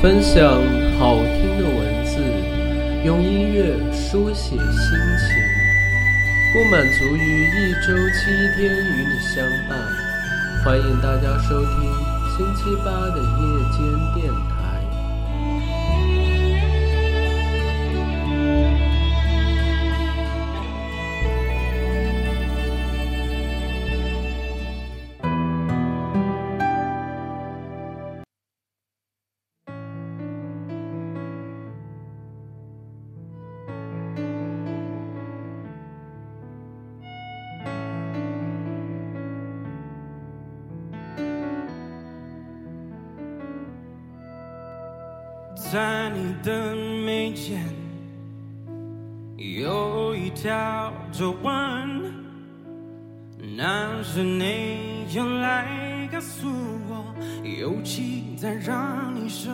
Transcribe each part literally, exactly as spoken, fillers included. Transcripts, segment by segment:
分享好听的文字，用音乐书写心情，不满足于一周七天与你相伴。欢迎大家收听星期八的夜间电台。 在你的眉间有一条皱纹，那是你用来告诉我有气在让你生，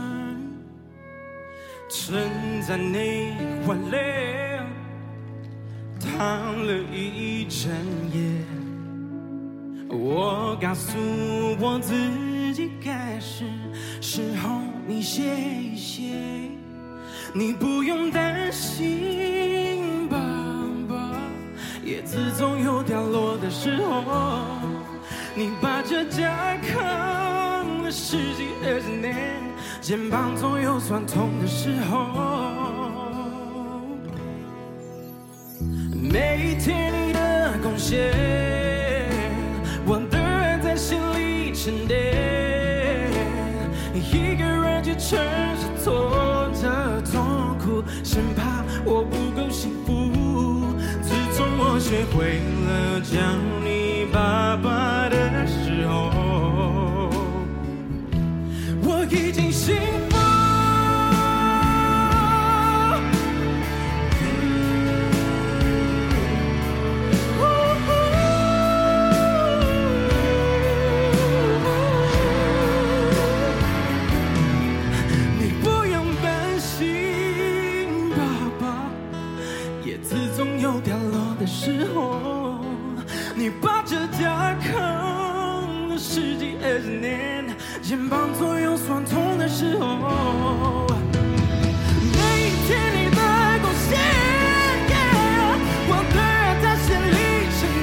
沉在你怀里躺了一整夜。我告诉我自己该是时候你歇一歇，你不用担心，爸爸，叶子总有掉落的时候，你把这家扛了十几二十年，肩膀总有酸痛的时候。每一天你的贡献，我的爱在心里沉淀，一个人去承受挫折痛苦，生怕我不够幸福。自从我学会了叫你爸爸的时候，我已经幸福。时候，你把这家扛了十几二十年，肩膀总有酸痛的时候。每一天你的贡献， yeah, 我的爱在心里沉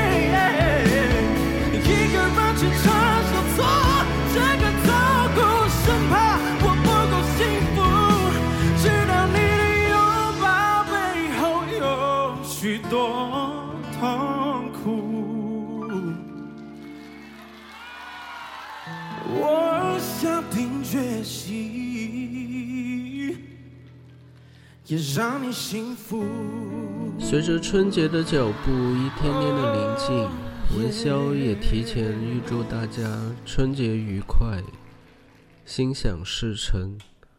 淀，一个人去承受错这个痛苦，生怕我不够幸福，直到你的拥抱背后有许多痛苦。我下定决心，也让你幸福。 随着春节的脚步一天天的临近，文潇也提前预祝大家春节愉快，心想事成。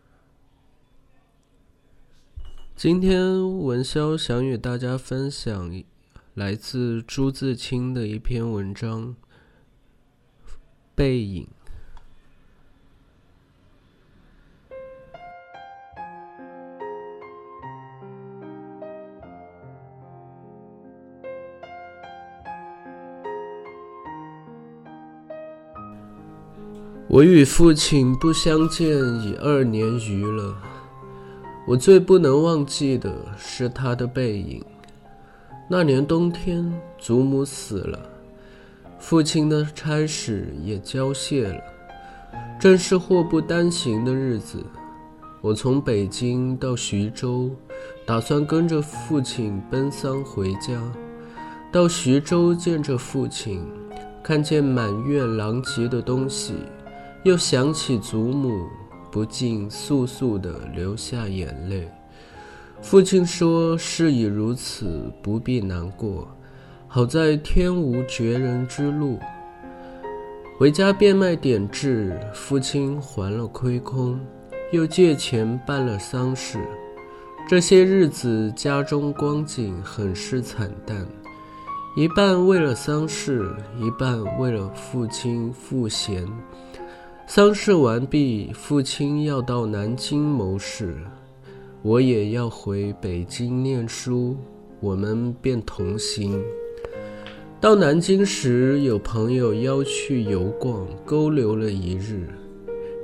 今天文潇想与大家分享来自朱自清的一篇文章《背影》。我与父亲不相见已二年余了，我最不能忘记的是他的背影。那年冬天，祖母死了，父亲的差事也交卸了，正是祸不单行的日子。我从北京到徐州，打算跟着父亲奔丧回家。到徐州见着父亲，看见满院狼藉的东西，又想起祖母，不禁簌簌地流下眼泪。父亲说，事已如此，不必难过，好在天无绝人之路。回家变卖点痣，父亲还了亏空，又借钱办了丧事。这些日子家中光景很是惨淡，一半为了丧事，一半为了父亲赋闲。丧事完毕，父亲要到南京谋事，我也要回北京念书，我们便同行。到南京时，有朋友邀去游逛，勾留了一日。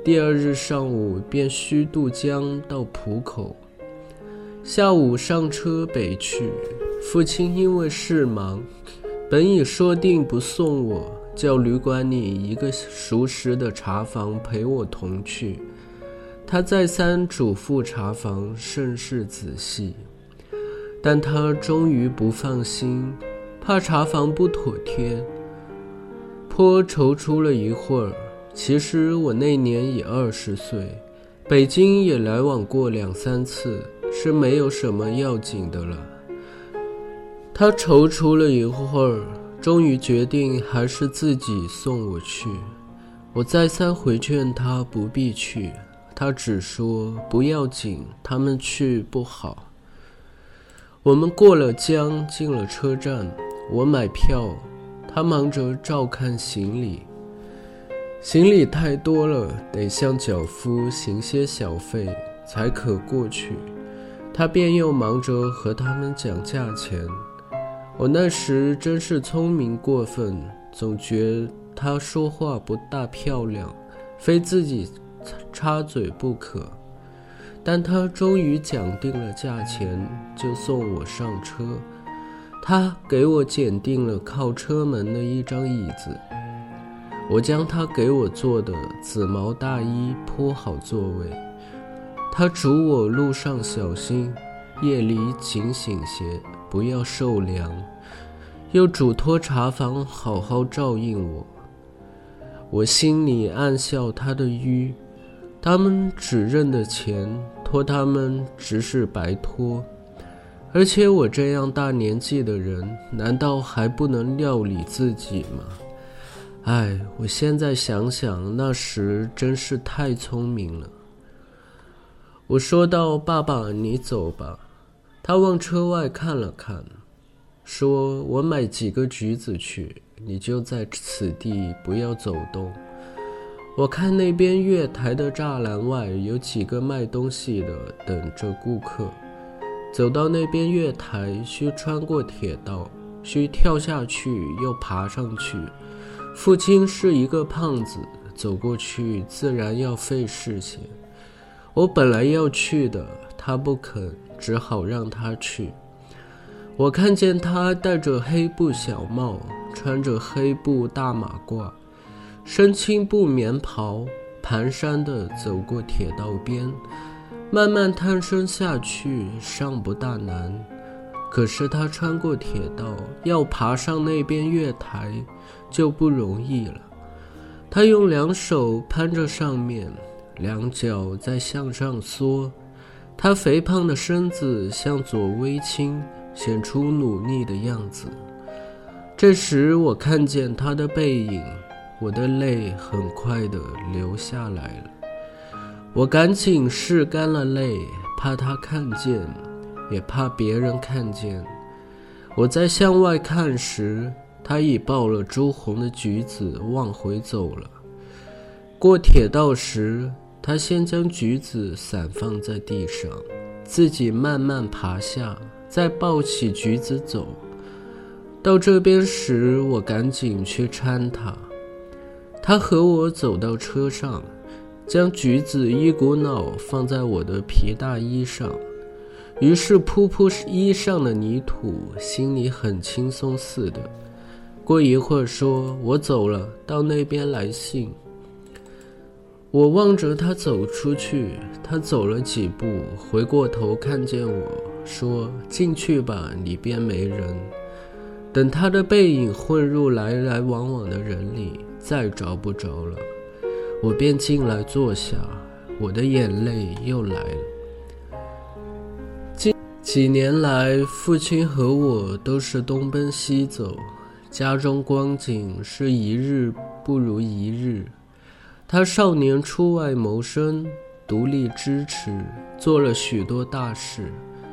第二日上午便须渡江到浦口，下午上车北去。父亲因为事忙，本已说定不送我，叫旅馆里一个熟识的茶房陪我同去。他再三嘱咐茶房甚是仔细，但他终于不放心，怕茶房不妥帖，颇踌躇了一会儿。其实我那年已二十岁，北京也来往过两三次，是没有什么要紧的了。他踌躇了一会儿，终于决定还是自己送我去。我再三回劝他不必去，他只说不要紧，他们去不好。我们过了江，进了车站，我买票，他忙着照看行李。行李太多了，得向脚夫行些小费才可过去，他便又忙着和他们讲价钱。我那时真是聪明过分，总觉他说话不大漂亮，非自己插嘴不可。但他终于讲定了价钱，就送我上车。他给我拣定了靠车门的一张椅子，我将他给我做的紫毛大衣铺好座位。他嘱我路上小心，夜里警醒些，不要受凉，又嘱托茶房好好照应我。我心里暗笑他的愚，他们只认得钱，托他们只是白托。而且我这样大年纪的人，难道还不能料理自己吗？哎，我现在想想，那时真是太聪明了。我说道：“爸爸，你走吧。”他往车外看了看，说：“我买几个橘子去，你就在此地，不要走动。我看那边月台的栅栏外有几个卖东西的，等着顾客。走到那边月台，需穿过铁道，需跳下去又爬上去。父亲是一个胖子，走过去自然要费事些。我本来要去的，他不肯，只好让他去。我看见他戴着黑布小帽，穿着黑布大马褂，身青布棉袍，蹒跚地走过铁道边，慢慢探身下去，尚不大难。可是他穿过铁道，要爬上那边月台，就不容易了。他用两手攀着上面，两脚在向上缩，他肥胖的身子向左微倾，显出努力的样子。这时我看见他的背影，我的泪很快地流下来了。我赶紧拭干了泪，怕他看见，也怕别人看见。我在向外看时，他已抱了朱红的橘子往回走了。过铁道时，他先将橘子散放在地上，自己慢慢爬下，再抱起橘子走。到这边时，我赶紧去搀他。他和我走到车上，将橘子一股脑放在我的皮大衣上，于是扑扑衣上的泥土，心里很轻松似的。过一会儿说：“我走了，到那边来信。”我望着他走出去，他走了几步，回过头看见我，说：“进去吧，里边没人。”等他的背影混入来来往往的人里，再找不着了，我便进来坐下，我的眼泪又来了。近几年来，父亲和我都是东奔西走，家中光景是一日不如一日。他少年出外谋生，独立支持，做了许多大事。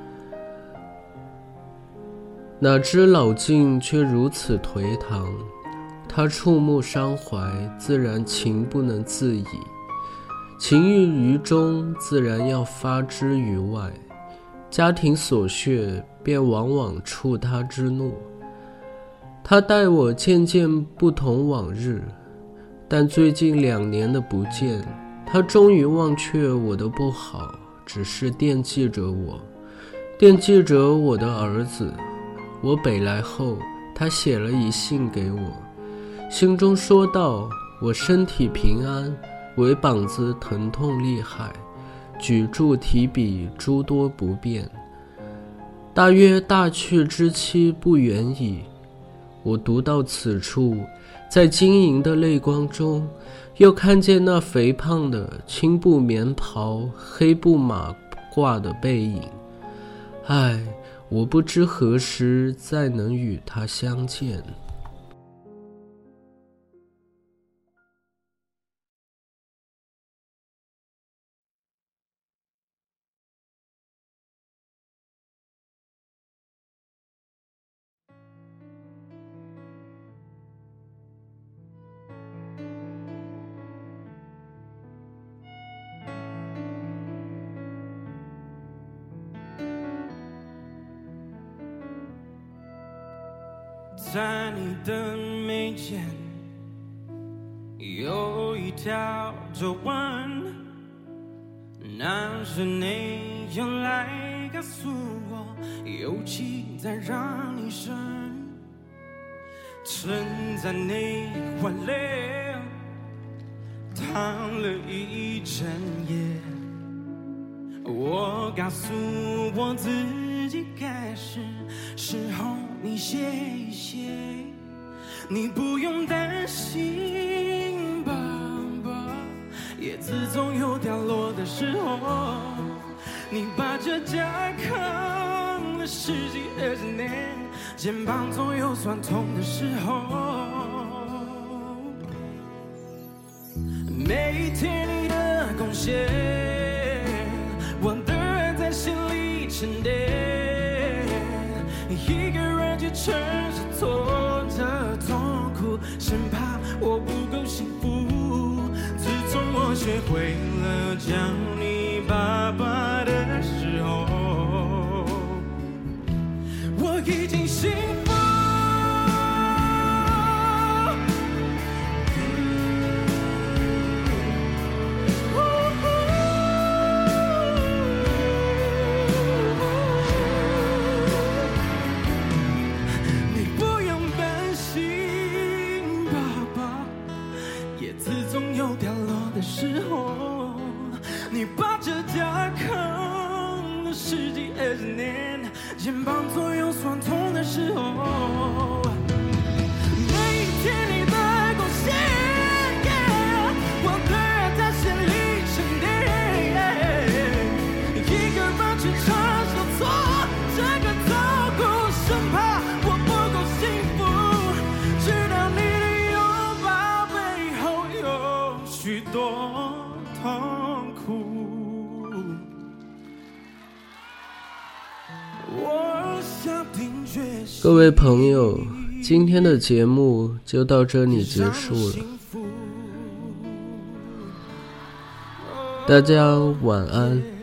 哪知老境却如此颓唐，他触目伤怀，自然情不能自已，情郁于中，自然要发之于外，家庭琐屑便往往触他之怒。他待我渐渐不同往日，但最近两年的不见， 他终于忘却我的不好，只是惦记着我，惦记着我的儿子。我北来后，他写了一信给我，信中说道：我身体平安，唯膀子疼痛厉害，举箸提笔诸多不便，大约大去之期不远矣。我读到此处，在晶莹的泪光中，又看见那肥胖的青布棉袍、黑布马褂的背影。唉，我不知何时再能与他相见。 在你的眉间有一条皱纹，那是你用来告诉我有气在让你生，曾在你怀里躺了一整夜。我告诉我自己，该是时候你歇一歇，你不用担心，爸爸，叶子总有掉落的时候，你把这家扛了十几二十年，肩膀总有酸痛的时候，每一天你的贡献，我的爱在心里沉淀，一个人去承受挫折痛苦，生怕我不够幸福。自从我学会了叫你爸爸的时候，我已经幸福。时候，你把这家扛了十几二十年，肩膀总有酸痛的时候，每一天你的贡献， yeah, 我的爱在心里沉淀，一个人去承受错这个痛苦，生怕我不够幸福，直到你的拥抱背后有许多痛苦。 各位朋友，今天的节目就到这里结束了，大家晚安。